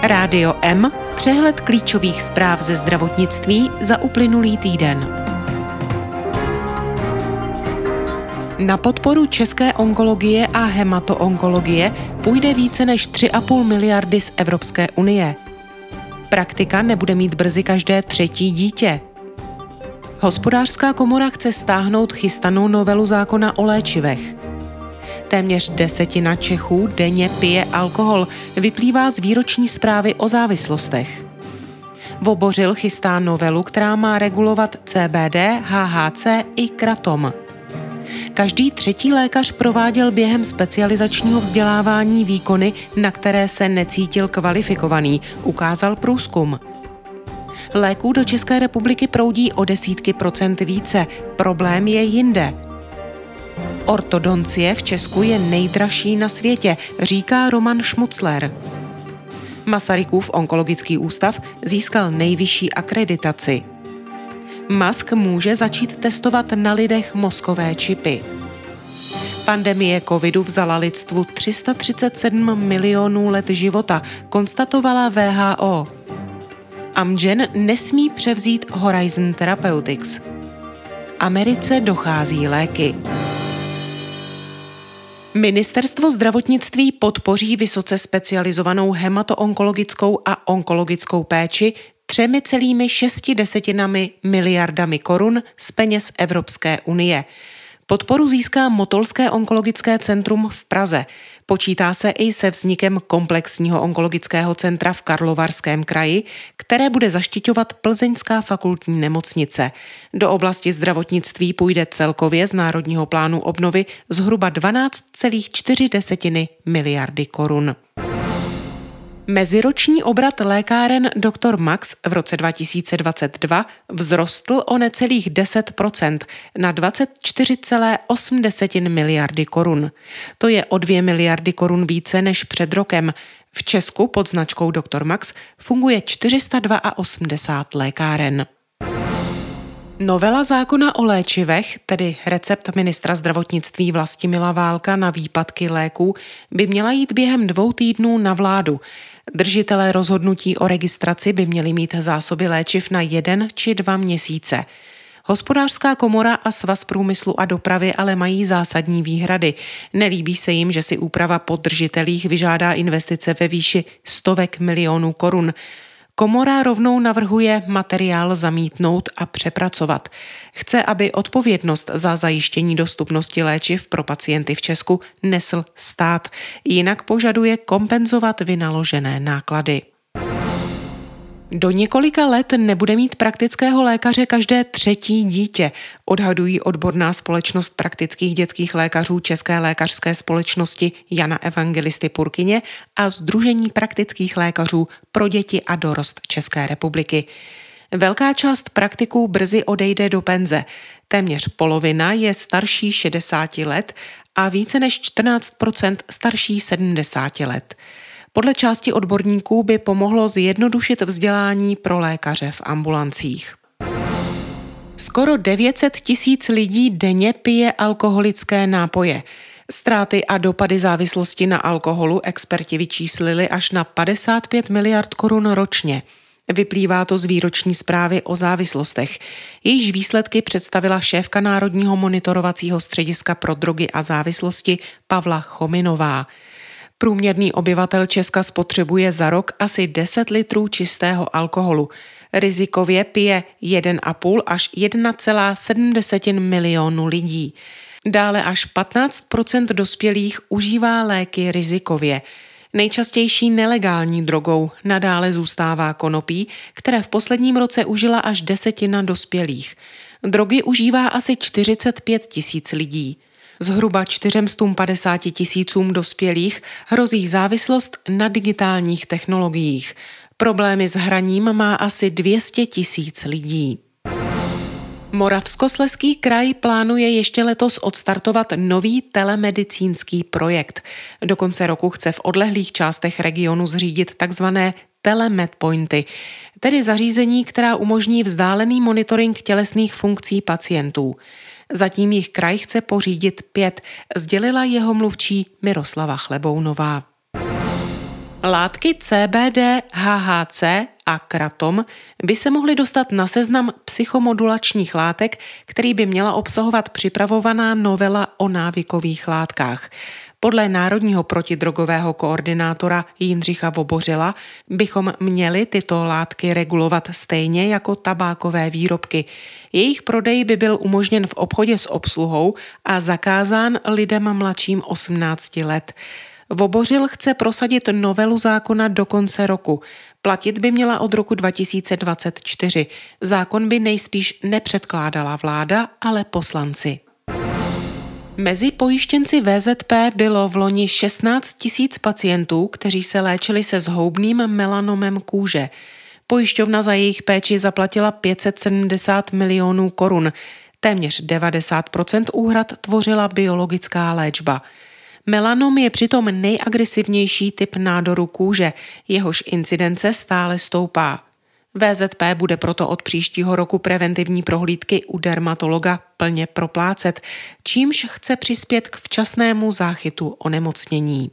Rádio M, přehled klíčových zpráv ze zdravotnictví za uplynulý týden. Na podporu české onkologie a hematoonkologie půjde více než 3,5 miliardy z Evropské unie. Praktika nebude mít brzy každé třetí dítě. Hospodářská komora chce stáhnout chystanou novelu zákona o léčivech. Téměř 1/10 Čechů denně pije alkohol, vyplývá z výroční zprávy o závislostech. Vobořil chystá novelu, která má regulovat CBD, HHC i kratom. Každý třetí lékař prováděl během specializačního vzdělávání výkony, na které se necítil kvalifikovaný, ukázal průzkum. Léků do České republiky proudí o desítky procent více, problém je jinde. Ortodoncie v Česku je nejdražší na světě, říká Roman Šmucler. Masarykův onkologický ústav získal nejvyšší akreditaci. Musk může začít testovat na lidech mozkové čipy. Pandemie covidu vzala lidstvu 337 milionů let života, konstatovala WHO. Amgen nesmí převzít Horizon Therapeutics. Americe dochází léky. Ministerstvo zdravotnictví podpoří vysoce specializovanou hematoonkologickou a onkologickou péči 3,6 miliardami korun z peněz Evropské unie. Podporu získá Motolské onkologické centrum v Praze. Počítá se i se vznikem komplexního onkologického centra v Karlovarském kraji, které bude zaštiťovat Plzeňská fakultní nemocnice. Do oblasti zdravotnictví půjde celkově z Národního plánu obnovy zhruba 12,4 miliardy korun. Meziroční obrat lékáren Dr. Max v roce 2022 vzrostl o necelých 10% na 24,8 miliardy korun. To je o 2 miliardy korun více než před rokem. V Česku pod značkou Dr. Max funguje 482 lékáren. Novela zákona o léčivech, tedy recept ministra zdravotnictví Vlastimila Válka na výpadky léků, by měla jít během 2 týdnů na vládu. Držitelé rozhodnutí o registraci by měli mít zásoby léčiv na 1 či 2 měsíce. Hospodářská komora a Svaz průmyslu a dopravy ale mají zásadní výhrady. Nelíbí se jim, že si úprava po držitelích vyžádá investice ve výši stovek milionů korun. Komora rovnou navrhuje materiál zamítnout a přepracovat. Chce, aby odpovědnost za zajištění dostupnosti léčiv pro pacienty v Česku nesl stát, jinak požaduje kompenzovat vynaložené náklady. Do několika let nebude mít praktického lékaře každé třetí dítě, odhadují odborná společnost praktických dětských lékařů České lékařské společnosti Jana Evangelisty Purkyně a Sdružení praktických lékařů pro děti a dorost České republiky. Velká část praktiků brzy odejde do penze. Téměř polovina je starší 60 let a více než 14% starší 70 let. Podle části odborníků by pomohlo zjednodušit vzdělání pro lékaře v ambulancích. Skoro 900 000 lidí denně pije alkoholické nápoje. Ztráty a dopady závislosti na alkoholu experti vyčíslili až na 55 miliard korun ročně. Vyplývá to z výroční zprávy o závislostech. Jejíž výsledky představila šéfka Národního monitorovacího střediska pro drogy a závislosti Pavla Chominová. Průměrný obyvatel Česka spotřebuje za rok asi 10 litrů čistého alkoholu. Rizikově pije 1,5 až 1,7 milionu lidí. Dále až 15% dospělých užívá léky rizikově. Nejčastější nelegální drogou nadále zůstává konopí, které v posledním roce užila až 10% dospělých. Drogy užívá asi 45 000 lidí. Zhruba 450 000 dospělých hrozí závislost na digitálních technologiích. Problémy s hraním má asi 200 000 lidí. Moravskoslezský kraj plánuje ještě letos odstartovat nový telemedicínský projekt. Do konce roku chce v odlehlých částech regionu zřídit takzvané telemedpointy, tedy zařízení, která umožní vzdálený monitoring tělesných funkcí pacientů. Zatím jich kraj chce pořídit 5, sdělila jeho mluvčí Miroslava Chlebounová. Látky CBD, HHC a kratom by se mohly dostat na seznam psychomodulačních látek, který by měla obsahovat připravovaná novela o návykových látkách. Podle Národního protidrogového koordinátora Jindřicha Vobořila bychom měli tyto látky regulovat stejně jako tabákové výrobky. Jejich prodej by byl umožněn v obchodě s obsluhou a zakázán lidem mladším 18 let. Vobořil chce prosadit novelu zákona do konce roku. Platit by měla od roku 2024. Zákon by nejspíš nepředkládala vláda, ale poslanci. Mezi pojištěnci VZP bylo v loni 16 000 pacientů, kteří se léčili se zhoubným melanomem kůže. Pojišťovna za jejich péči zaplatila 570 milionů korun. Téměř 90% úhrad tvořila biologická léčba. Melanom je přitom nejagresivnější typ nádoru kůže, jehož incidence stále stoupá. VZP bude proto od příštího roku preventivní prohlídky u dermatologa plně proplácet, čímž chce přispět k včasnému záchytu onemocnění.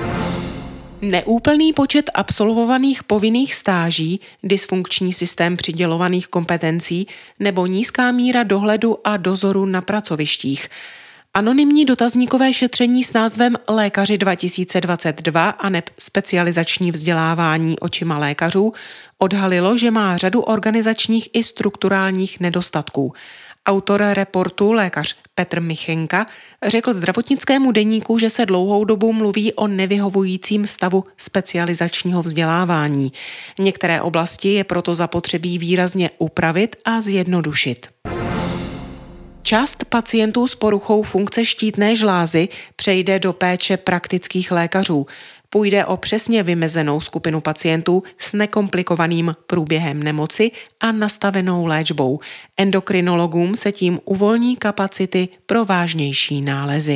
Neúplný počet absolvovaných povinných stáží, dysfunkční systém přidělovaných kompetencí nebo nízká míra dohledu a dozoru na pracovištích. Anonymní dotazníkové šetření s názvem Lékaři 2022 aneb specializační vzdělávání očima lékařů odhalilo, že má řadu organizačních i strukturálních nedostatků. Autor reportu, lékař Petr Michenka, řekl zdravotnickému deníku, že se dlouhou dobu mluví o nevyhovujícím stavu specializačního vzdělávání. Některé oblasti je proto zapotřebí výrazně upravit a zjednodušit. Část pacientů s poruchou funkce štítné žlázy přejde do péče praktických lékařů. Půjde o přesně vymezenou skupinu pacientů s nekomplikovaným průběhem nemoci a nastavenou léčbou. Endokrinologům se tím uvolní kapacity pro vážnější nálezy.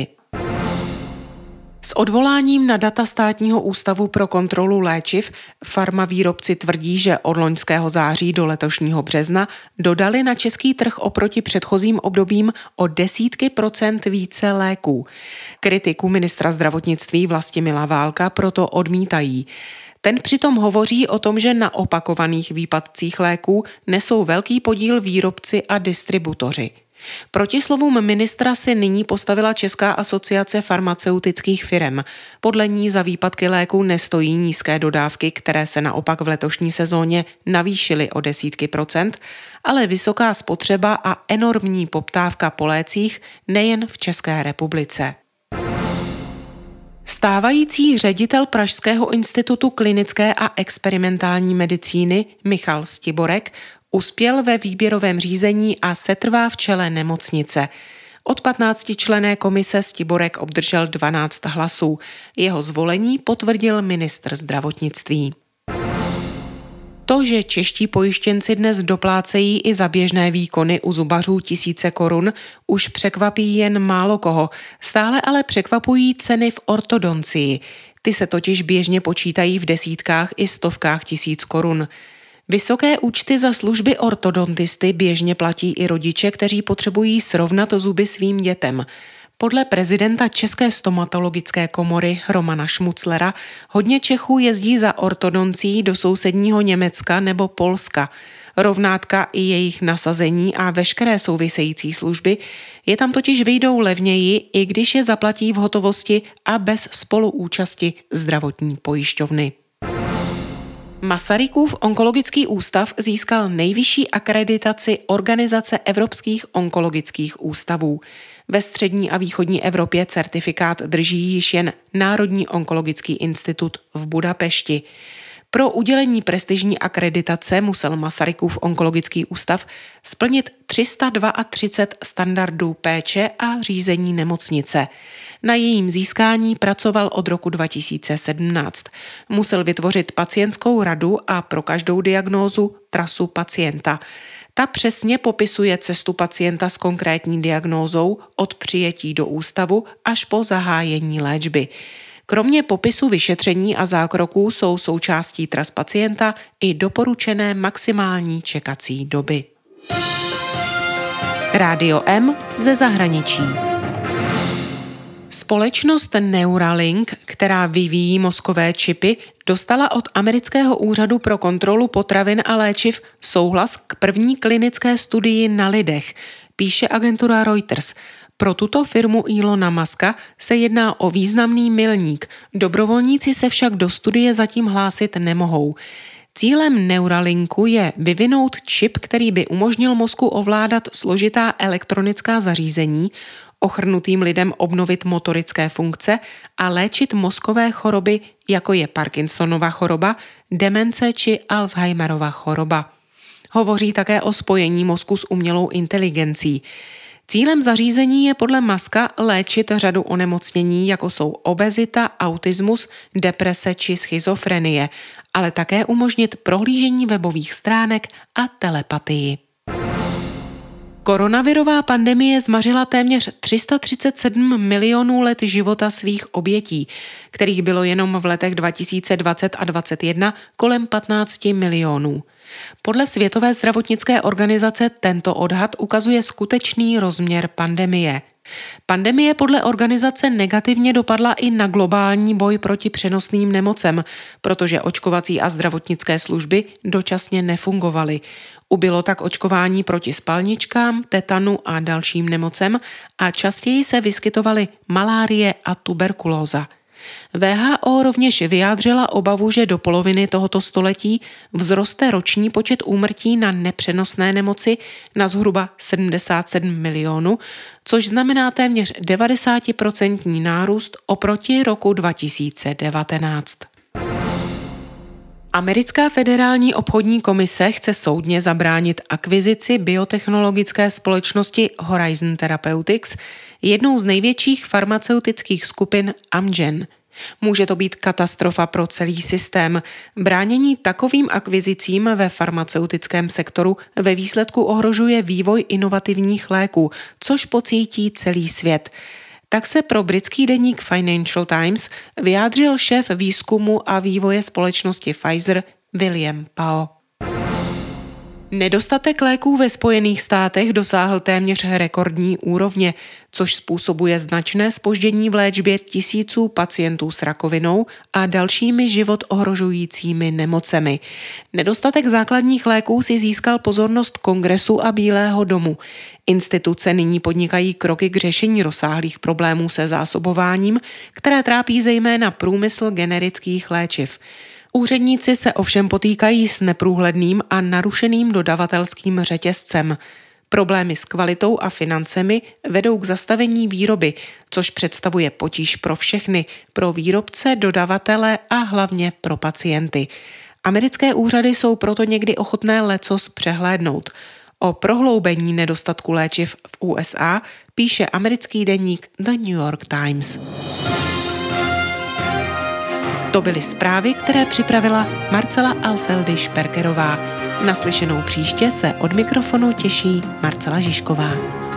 S odvoláním na data Státního ústavu pro kontrolu léčiv farmavýrobci tvrdí, že od loňského září do letošního března dodali na český trh oproti předchozím obdobím o desítky procent více léků. Kritiku ministra zdravotnictví Vlastimila Válka proto odmítají. Ten přitom hovoří o tom, že na opakovaných výpadcích léků nesou velký podíl výrobci a distributoři. Proti slovům ministra si nyní postavila Česká asociace farmaceutických firem. Podle ní za výpadky léků nestojí nízké dodávky, které se naopak v letošní sezóně navýšily o desítky procent, ale vysoká spotřeba a enormní poptávka po lécích nejen v České republice. Stávající ředitel Pražského institutu klinické a experimentální medicíny Michal Stiborek uspěl ve výběrovém řízení a setrvá v čele nemocnice. Od 15členné komise Stiborek obdržel 12 hlasů. Jeho zvolení potvrdil ministr zdravotnictví. To, že čeští pojištěnci dnes doplácejí i za běžné výkony u zubařů tisíce korun, už překvapí jen málo koho. Stále ale překvapují ceny v ortodoncii. Ty se totiž běžně počítají v desítkách i stovkách tisíc korun. Vysoké účty za služby ortodontisty běžně platí i rodiče, kteří potřebují srovnat zuby svým dětem. Podle prezidenta České stomatologické komory Romana Šmuclera hodně Čechů jezdí za ortodoncí do sousedního Německa nebo Polska. Rovnátka i jejich nasazení a veškeré související služby je tam totiž vyjdou levněji, i když je zaplatí v hotovosti a bez spoluúčasti zdravotní pojišťovny. Masarykův onkologický ústav získal nejvyšší akreditaci Organizace evropských onkologických ústavů. Ve střední a východní Evropě certifikát drží již jen Národní onkologický institut v Budapešti. Pro udělení prestižní akreditace musel Masarykův onkologický ústav splnit 332 standardů péče a řízení nemocnice. Na jejím získání pracoval od roku 2017. Musel vytvořit pacientskou radu a pro každou diagnózu trasu pacienta. Ta přesně popisuje cestu pacienta s konkrétní diagnózou od přijetí do ústavu až po zahájení léčby. Kromě popisu vyšetření a zákroků jsou součástí tras pacienta i doporučené maximální čekací doby. Rádio M ze zahraničí. Společnost Neuralink, která vyvíjí mozkové čipy, dostala od amerického úřadu pro kontrolu potravin a léčiv souhlas k první klinické studii na lidech, píše agentura Reuters. Pro tuto firmu Elona Muska se jedná o významný milník. Dobrovolníci se však do studie zatím hlásit nemohou. Cílem Neuralinku je vyvinout čip, který by umožnil mozku ovládat složitá elektronická zařízení, ochrnutým lidem obnovit motorické funkce a léčit mozkové choroby, jako je Parkinsonova choroba, demence či Alzheimerova choroba. Hovoří také o spojení mozku s umělou inteligencí. Cílem zařízení je podle Muska léčit řadu onemocnění, jako jsou obezita, autismus, deprese či schizofrenie, ale také umožnit prohlížení webových stránek a telepatii. Koronavirová pandemie zmařila téměř 337 milionů let života svých obětí, kterých bylo jenom v letech 2020 a 2021 kolem 15 milionů. Podle Světové zdravotnické organizace tento odhad ukazuje skutečný rozměr pandemie. Pandemie podle organizace negativně dopadla i na globální boj proti přenosným nemocem, protože očkovací a zdravotnické služby dočasně nefungovaly. Ubylo tak očkování proti spalničkám, tetanu a dalším nemocem a častěji se vyskytovaly malárie a tuberkulóza. WHO rovněž vyjádřila obavu, že do poloviny tohoto století vzroste roční počet úmrtí na nepřenosné nemoci na zhruba 77 milionů, což znamená téměř 90% nárůst oproti roku 2019. Americká federální obchodní komise chce soudně zabránit akvizici biotechnologické společnosti Horizon Therapeutics, jednou z největších farmaceutických skupin Amgen. Může to být katastrofa pro celý systém. Bránění takovým akvizicím ve farmaceutickém sektoru ve výsledku ohrožuje vývoj inovativních léků, což pocítí celý svět. Tak se pro britský deník Financial Times vyjádřil šéf výzkumu a vývoje společnosti Pfizer William Pao. Nedostatek léků ve Spojených státech dosáhl téměř rekordní úrovně, což způsobuje značné zpoždění v léčbě tisíců pacientů s rakovinou a dalšími život ohrožujícími nemocemi. Nedostatek základních léků si získal pozornost Kongresu a Bílého domu. Instituce nyní podnikají kroky k řešení rozsáhlých problémů se zásobováním, které trápí zejména průmysl generických léčiv. Úředníci se ovšem potýkají s neprůhledným a narušeným dodavatelským řetězcem. Problémy s kvalitou a financemi vedou k zastavení výroby, což představuje potíž pro všechny, pro výrobce, dodavatele a hlavně pro pacienty. Americké úřady jsou proto někdy ochotné lecos přehlédnout. O prohloubení nedostatku léčiv v USA píše americký deník The New York Times. To byly zprávy, které připravila Marcela Alfeldy-Šperkerová. Naslyšenou příště se od mikrofonu těší Marcela Žižková.